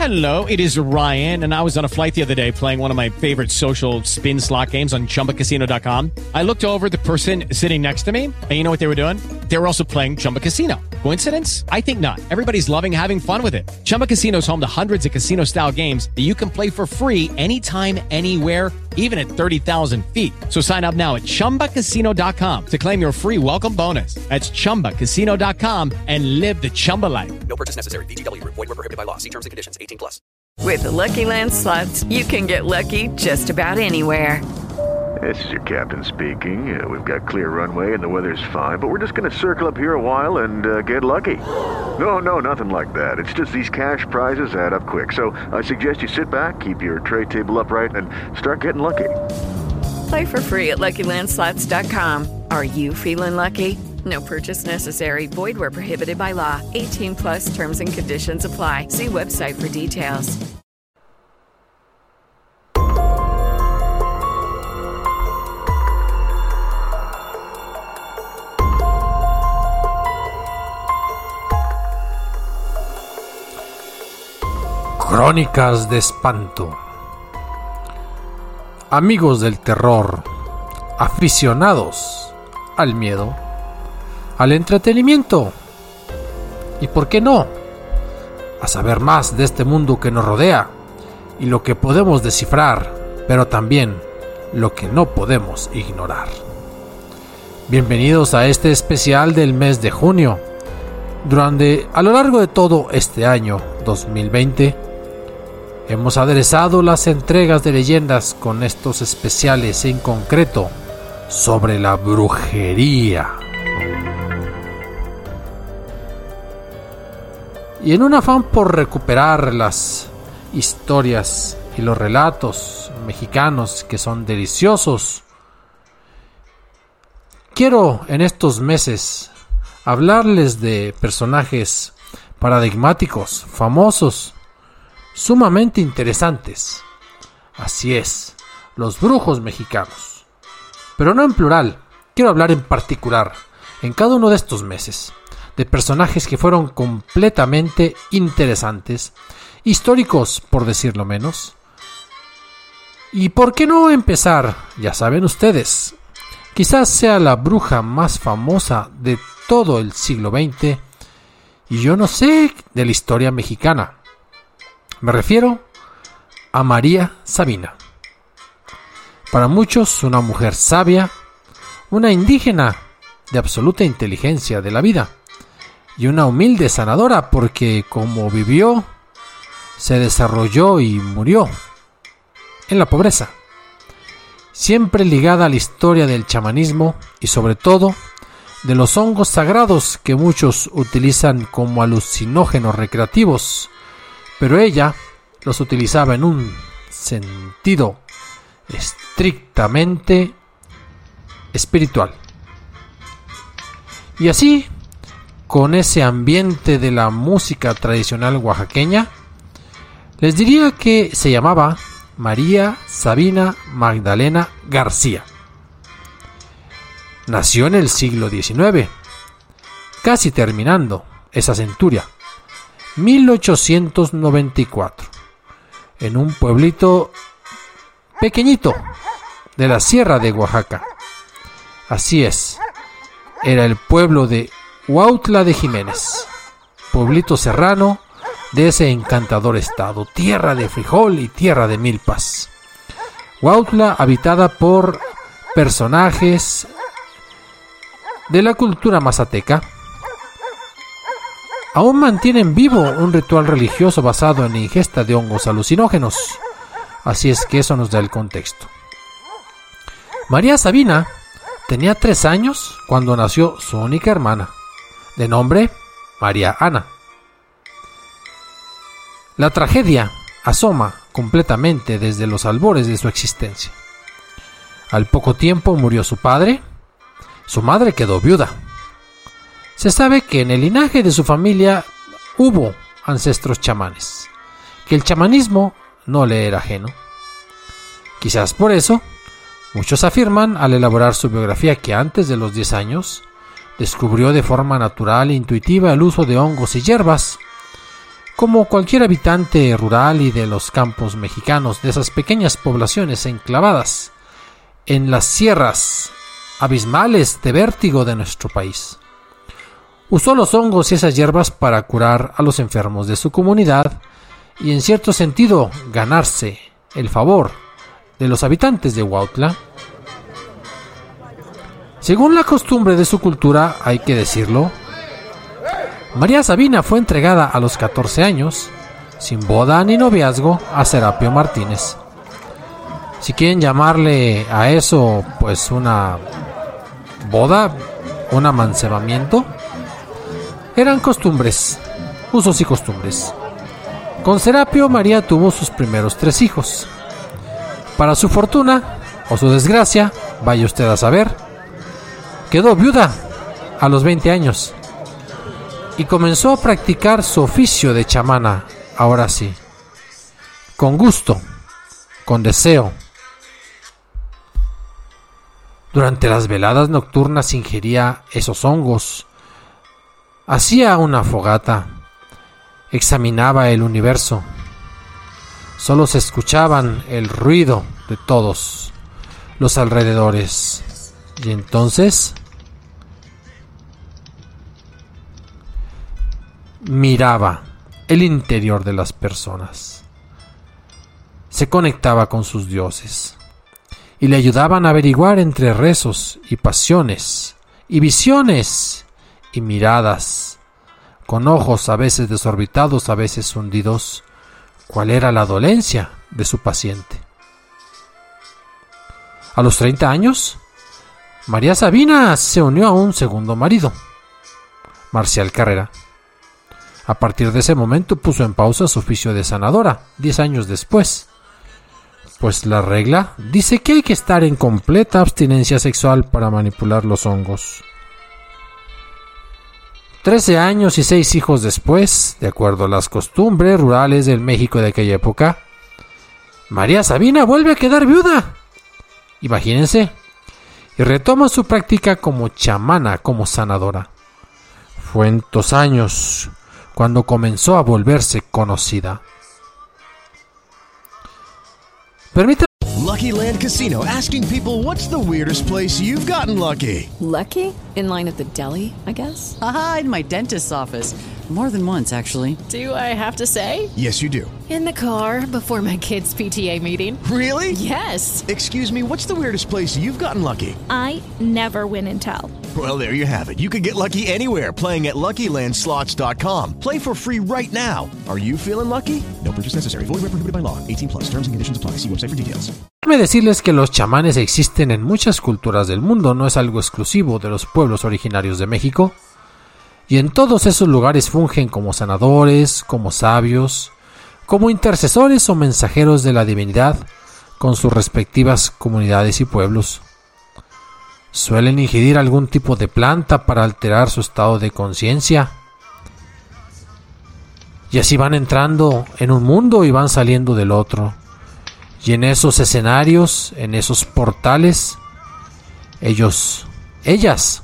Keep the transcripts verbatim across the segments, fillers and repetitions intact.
Hello, it is Ryan, and I was on a flight the other day playing one of my favorite social spin slot games on Chumba Casino dot com. I looked over at the person sitting next to me, and you know what they were doing? They were also playing Chumba Casino. Coincidence? I think not. Everybody's loving having fun with it. Chumba Casino is home to hundreds of casino-style games that you can play for free anytime, anywhere, even at thirty thousand feet. So sign up now at Chumba Casino dot com to claim your free welcome bonus. That's Chumba Casino dot com and live the Chumba life. No purchase necessary. V G W. Void where prohibited by law. See terms and conditions. eighteen plus. With the Lucky Land Slots, you can get lucky just about anywhere. This is your captain speaking. Uh, we've got clear runway and the weather's fine, but we're just going to circle up here a while and uh, get lucky. No, no, nothing like that. It's just these cash prizes add up quick. So I suggest you sit back, keep your tray table upright, and start getting lucky. Play for free at Lucky Land Slots dot com. Are you feeling lucky? No purchase necessary. Void where prohibited by law. eighteen plus terms and conditions apply. See website for details. Crónicas de espanto. Amigos del terror, aficionados al miedo, al entretenimiento y, ¿por qué no?, a saber más de este mundo que nos rodea y lo que podemos descifrar, pero también lo que no podemos ignorar. Bienvenidos a este especial del mes de junio. Durante a lo largo de todo este año dos mil veinte hemos aderezado las entregas de leyendas con estos especiales, en concreto sobre la brujería. Y en un afán por recuperar las historias y los relatos mexicanos que son deliciosos, quiero en estos meses hablarles de personajes paradigmáticos, famosos, sumamente interesantes. Así es, los brujos mexicanos. Pero no en plural, quiero hablar en particular, en cada uno de estos meses, de personajes que fueron completamente interesantes, históricos por decirlo menos. Y por qué no empezar, ya saben ustedes, quizás sea la bruja más famosa de todo el siglo veinte, y yo no sé, de la historia mexicana. Me refiero a María Sabina. Para muchos, una mujer sabia, una indígena de absoluta inteligencia de la vida y una humilde sanadora, porque como vivió, se desarrolló y murió en la pobreza. Siempre ligada a la historia del chamanismo y sobre todo de los hongos sagrados que muchos utilizan como alucinógenos recreativos, pero ella los utilizaba en un sentido estrictamente espiritual. Y así, con ese ambiente de la música tradicional oaxaqueña, les diría que se llamaba María Sabina Magdalena García. Nació en el siglo diecinueve, casi terminando esa centuria, mil ochocientos noventa y cuatro, en un pueblito pequeñito de la Sierra de Oaxaca. Así es, era el pueblo de Huautla de Jiménez, pueblito serrano de ese encantador estado, tierra de frijol y tierra de milpas. Huautla habitada por personajes de la cultura mazateca. Aún mantienen vivo un ritual religioso basado en la ingesta de hongos alucinógenos. Así es que eso nos da el contexto. María Sabina tenía tres años cuando nació su única hermana, de nombre María Ana. La tragedia asoma completamente desde los albores de su existencia. Al poco tiempo murió su padre, su madre quedó viuda. Se sabe que en el linaje de su familia hubo ancestros chamanes, que el chamanismo no le era ajeno. Quizás por eso, muchos afirman al elaborar su biografía que antes de los diez años descubrió de forma natural e intuitiva el uso de hongos y hierbas, como cualquier habitante rural y de los campos mexicanos, de esas pequeñas poblaciones enclavadas en las sierras abismales de vértigo de nuestro país. Usó los hongos y esas hierbas para curar a los enfermos de su comunidad y en cierto sentido ganarse el favor de los habitantes de Huautla. Según la costumbre de su cultura, hay que decirlo, María Sabina fue entregada a los catorce años, sin boda ni noviazgo, a Serapio Martínez. Si quieren llamarle a eso, pues una boda, un amancebamiento, eran costumbres, usos y costumbres. Con Serapio, María tuvo sus primeros tres hijos. Para su fortuna, o su desgracia, vaya usted a saber, quedó viuda a los veinte años. Y comenzó a practicar su oficio de chamana, ahora sí, con gusto, con deseo. Durante las veladas nocturnas ingería esos hongos, hacía una fogata, examinaba el universo. Solo se escuchaban el ruido de todos los alrededores. Y entonces miraba el interior de las personas. Se conectaba con sus dioses y le ayudaban a averiguar entre rezos y pasiones y visiones y miradas, con ojos a veces desorbitados, a veces hundidos, cuál era la dolencia de su paciente. A los treinta años, María Sabina se unió a un segundo marido, Marcial Carrera. A partir de ese momento puso en pausa su oficio de sanadora, diez años después, pues la regla dice que hay que estar en completa abstinencia sexual para manipular los hongos. Trece años y seis hijos después, de acuerdo a las costumbres rurales del México de aquella época, María Sabina vuelve a quedar viuda. Imagínense, y retoma su práctica como chamana, como sanadora. Fue en estos años cuando comenzó a volverse conocida. Permítame. Lucky Land Casino, asking people, what's the weirdest place you've gotten lucky? Lucky? In line at the deli, I guess? Aha, in my dentist's office. More than once, actually. Do I have to say? Yes, you do. In the car before my kids' P T A meeting. Really? Yes. Excuse me, what's the weirdest place you've gotten lucky? I never win and tell. Well, there you have it. You can get lucky anywhere, playing at Lucky Land Slots dot com. Play for free right now. Are you feeling lucky? No purchase necessary. Void where prohibited by law. eighteen plus. Terms and conditions apply. See website for details. Déjame decirles que los chamanes existen en muchas culturas del mundo, no es algo exclusivo de los pueblos originarios de México. Y en todos esos lugares fungen como sanadores, como sabios, como intercesores o mensajeros de la divinidad con sus respectivas comunidades y pueblos. Suelen ingerir algún tipo de planta para alterar su estado de conciencia. Y así van entrando en un mundo y van saliendo del otro. Y en esos escenarios, en esos portales, ellos, ellas,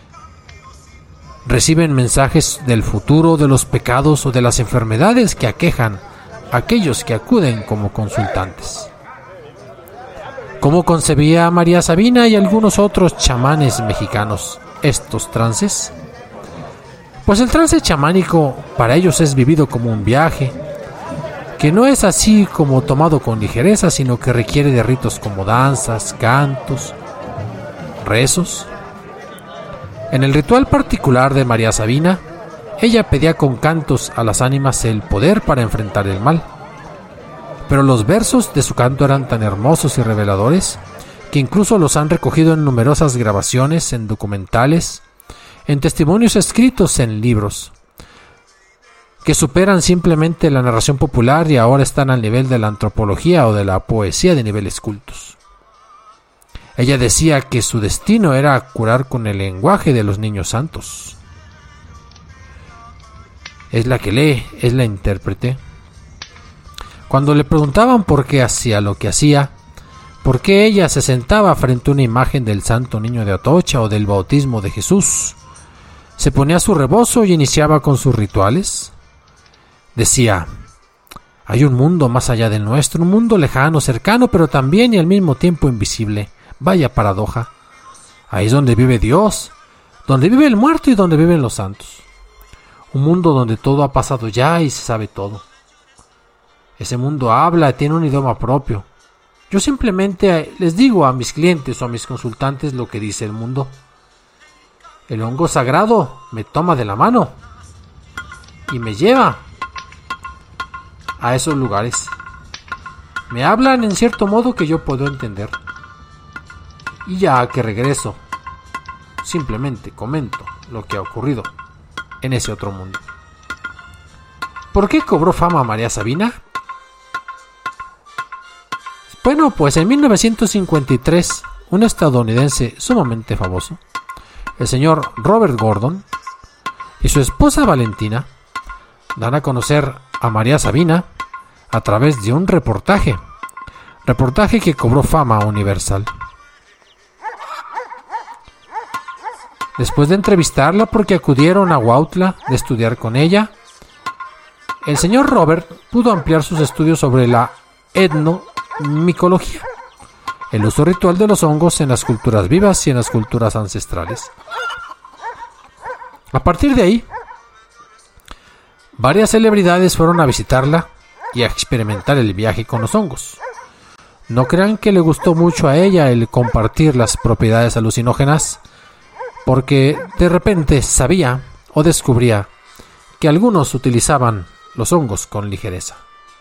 reciben mensajes del futuro, de los pecados o de las enfermedades que aquejan a aquellos que acuden como consultantes. ¿Cómo concebía María Sabina y algunos otros chamanes mexicanos estos trances? Pues el trance chamánico para ellos es vivido como un viaje, que no es así como tomado con ligereza, sino que requiere de ritos como danzas, cantos, rezos. En el ritual particular de María Sabina, ella pedía con cantos a las ánimas el poder para enfrentar el mal. Pero los versos de su canto eran tan hermosos y reveladores que incluso los han recogido en numerosas grabaciones, en documentales, en testimonios escritos en libros, que superan simplemente la narración popular y ahora están al nivel de la antropología o de la poesía de niveles cultos. Ella decía que su destino era curar con el lenguaje de los niños santos. Es la que lee, es la intérprete. Cuando le preguntaban por qué hacía lo que hacía, por qué ella se sentaba frente a una imagen del Santo Niño de Atocha o del bautismo de Jesús, se ponía su rebozo y iniciaba con sus rituales, Decía, hay un mundo más allá del nuestro, un mundo lejano, cercano, pero también y al mismo tiempo invisible. Vaya paradoja. Ahí es donde vive Dios, donde vive el muerto y donde viven los santos. Un mundo donde todo ha pasado ya y se sabe todo. Ese mundo habla, tiene un idioma propio. Yo simplemente les digo a mis clientes o a mis consultantes lo que dice el mundo. El hongo sagrado me toma de la mano y me lleva a esos lugares. Me hablan en cierto modo que yo puedo entender. Y ya que regreso, simplemente comento lo que ha ocurrido en ese otro mundo. ¿Por qué cobró fama María Sabina? Bueno, pues en mil novecientos cincuenta y tres, un estadounidense sumamente famoso, el señor Robert Gordon, y su esposa Valentina dan a conocer a María Sabina a través de un reportaje, reportaje que cobró fama universal. Después de entrevistarla porque acudieron a Huautla de estudiar con ella, el señor Robert pudo ampliar sus estudios sobre la etnomicología, el uso ritual de los hongos en las culturas vivas y en las culturas ancestrales. A partir de ahí, varias celebridades fueron a visitarla y a experimentar el viaje con los hongos. No crean que le gustó mucho a ella el compartir las propiedades alucinógenas, porque de repente sabía o descubría que algunos utilizaban los hongos con ligereza.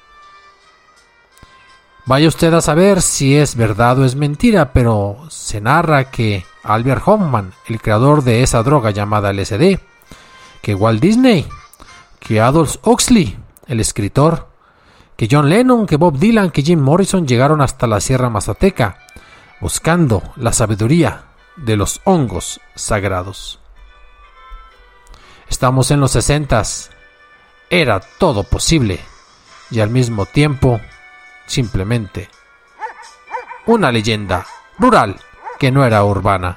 Vaya usted a saber si es verdad o es mentira, pero se narra que Albert Hoffman, el creador de esa droga llamada L S D, que Walt Disney, que Aldous Huxley, el escritor, que John Lennon, que Bob Dylan, que Jim Morrison llegaron hasta la Sierra Mazateca buscando la sabiduría de los hongos sagrados. Estamos en los sesentas. Era todo posible y al mismo tiempo simplemente una leyenda rural que no era urbana.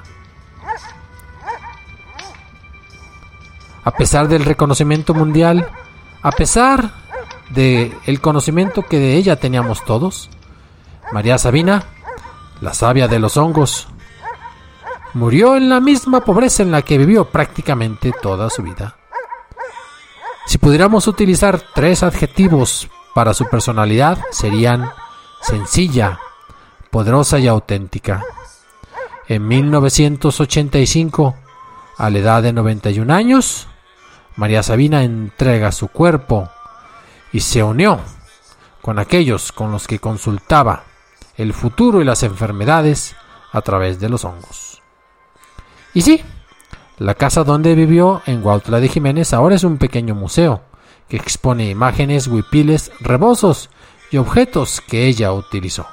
A pesar del reconocimiento mundial, a pesar del conocimiento que de ella teníamos todos, María Sabina, la sabia de los hongos, murió en la misma pobreza en la que vivió prácticamente toda su vida. Si pudiéramos utilizar tres adjetivos para su personalidad, serían sencilla, poderosa y auténtica. En mil novecientos ochenta y cinco, a la edad de noventa y un años, María Sabina entrega su cuerpo y se unió con aquellos con los que consultaba el futuro y las enfermedades a través de los hongos. Y sí, la casa donde vivió en Huautla de Jiménez ahora es un pequeño museo que expone imágenes, huipiles, rebozos y objetos que ella utilizó.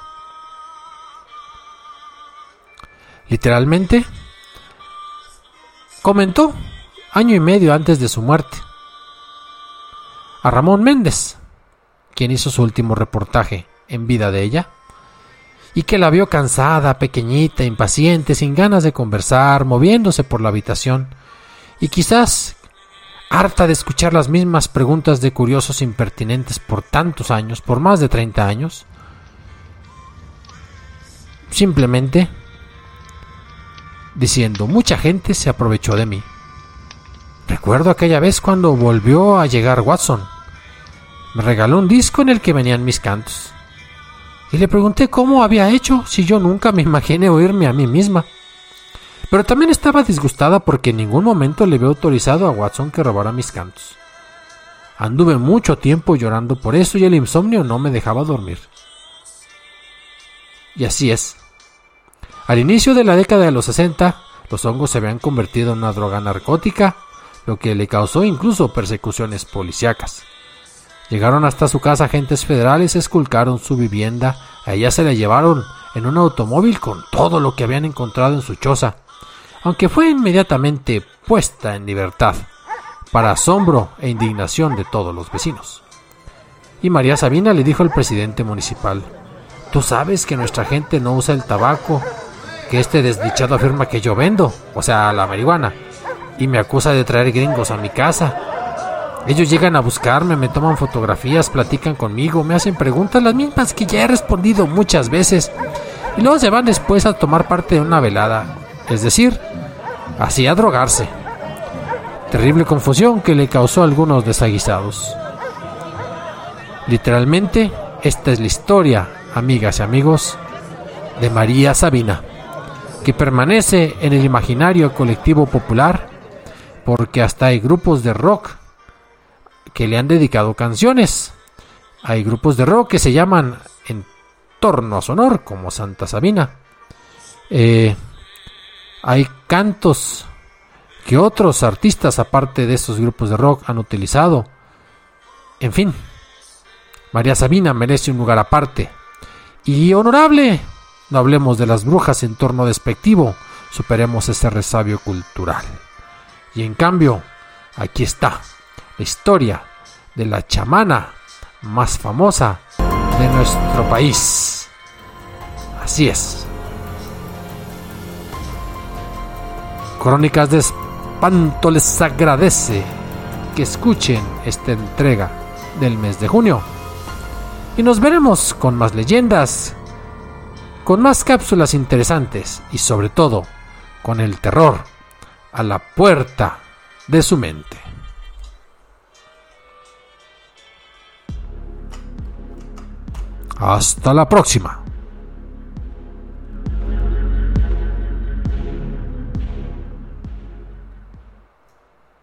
Literalmente, comentó año y medio antes de su muerte a Ramón Méndez, quien hizo su último reportaje en vida de ella, y que la vio cansada, pequeñita, impaciente, sin ganas de conversar, moviéndose por la habitación, y quizás harta de escuchar las mismas preguntas de curiosos impertinentes por tantos años, por más de treinta años. Simplemente diciendo, mucha gente se aprovechó de mí. Recuerdo aquella vez cuando volvió a llegar Watson. Me regaló un disco en el que venían mis cantos. Y le pregunté cómo había hecho si yo nunca me imaginé oírme a mí misma. Pero también estaba disgustada porque en ningún momento le había autorizado a Watson que robara mis cantos. Anduve mucho tiempo llorando por eso y el insomnio no me dejaba dormir. Y así es. Al inicio de la década de los sesenta, los hongos se habían convertido en una droga narcótica, lo que le causó incluso persecuciones policíacas. Llegaron hasta su casa agentes federales, esculcaron su vivienda, a ella se la llevaron en un automóvil con todo lo que habían encontrado en su choza, aunque fue inmediatamente puesta en libertad, para asombro e indignación de todos los vecinos. Y María Sabina le dijo al presidente municipal, «Tú sabes que nuestra gente no usa el tabaco, que este desdichado afirma que yo vendo, o sea, la marihuana, y me acusa de traer gringos a mi casa. Ellos llegan a buscarme, me toman fotografías, platican conmigo, me hacen preguntas, las mismas que ya he respondido muchas veces, y luego se van después a tomar parte de una velada, es decir, así a drogarse. Terrible confusión que le causó a algunos desaguisados. Literalmente, esta es la historia, amigas y amigos, de María Sabina, que permanece en el imaginario colectivo popular porque hasta hay grupos de rock que le han dedicado canciones. Hay grupos de rock que se llaman en torno a su honor, como Santa Sabina. Eh, hay cantos que otros artistas, aparte de esos grupos de rock, han utilizado. En fin, María Sabina merece un lugar aparte y honorable. No hablemos de las brujas en torno despectivo, superemos ese resabio cultural. Y en cambio, aquí está la historia de la chamana más famosa de nuestro país. Así es. Crónicas de Espanto les agradece que escuchen esta entrega del mes de junio. Y nos veremos con más leyendas, con más cápsulas interesantes y sobre todo con el terror a la puerta de su mente. Hasta la próxima.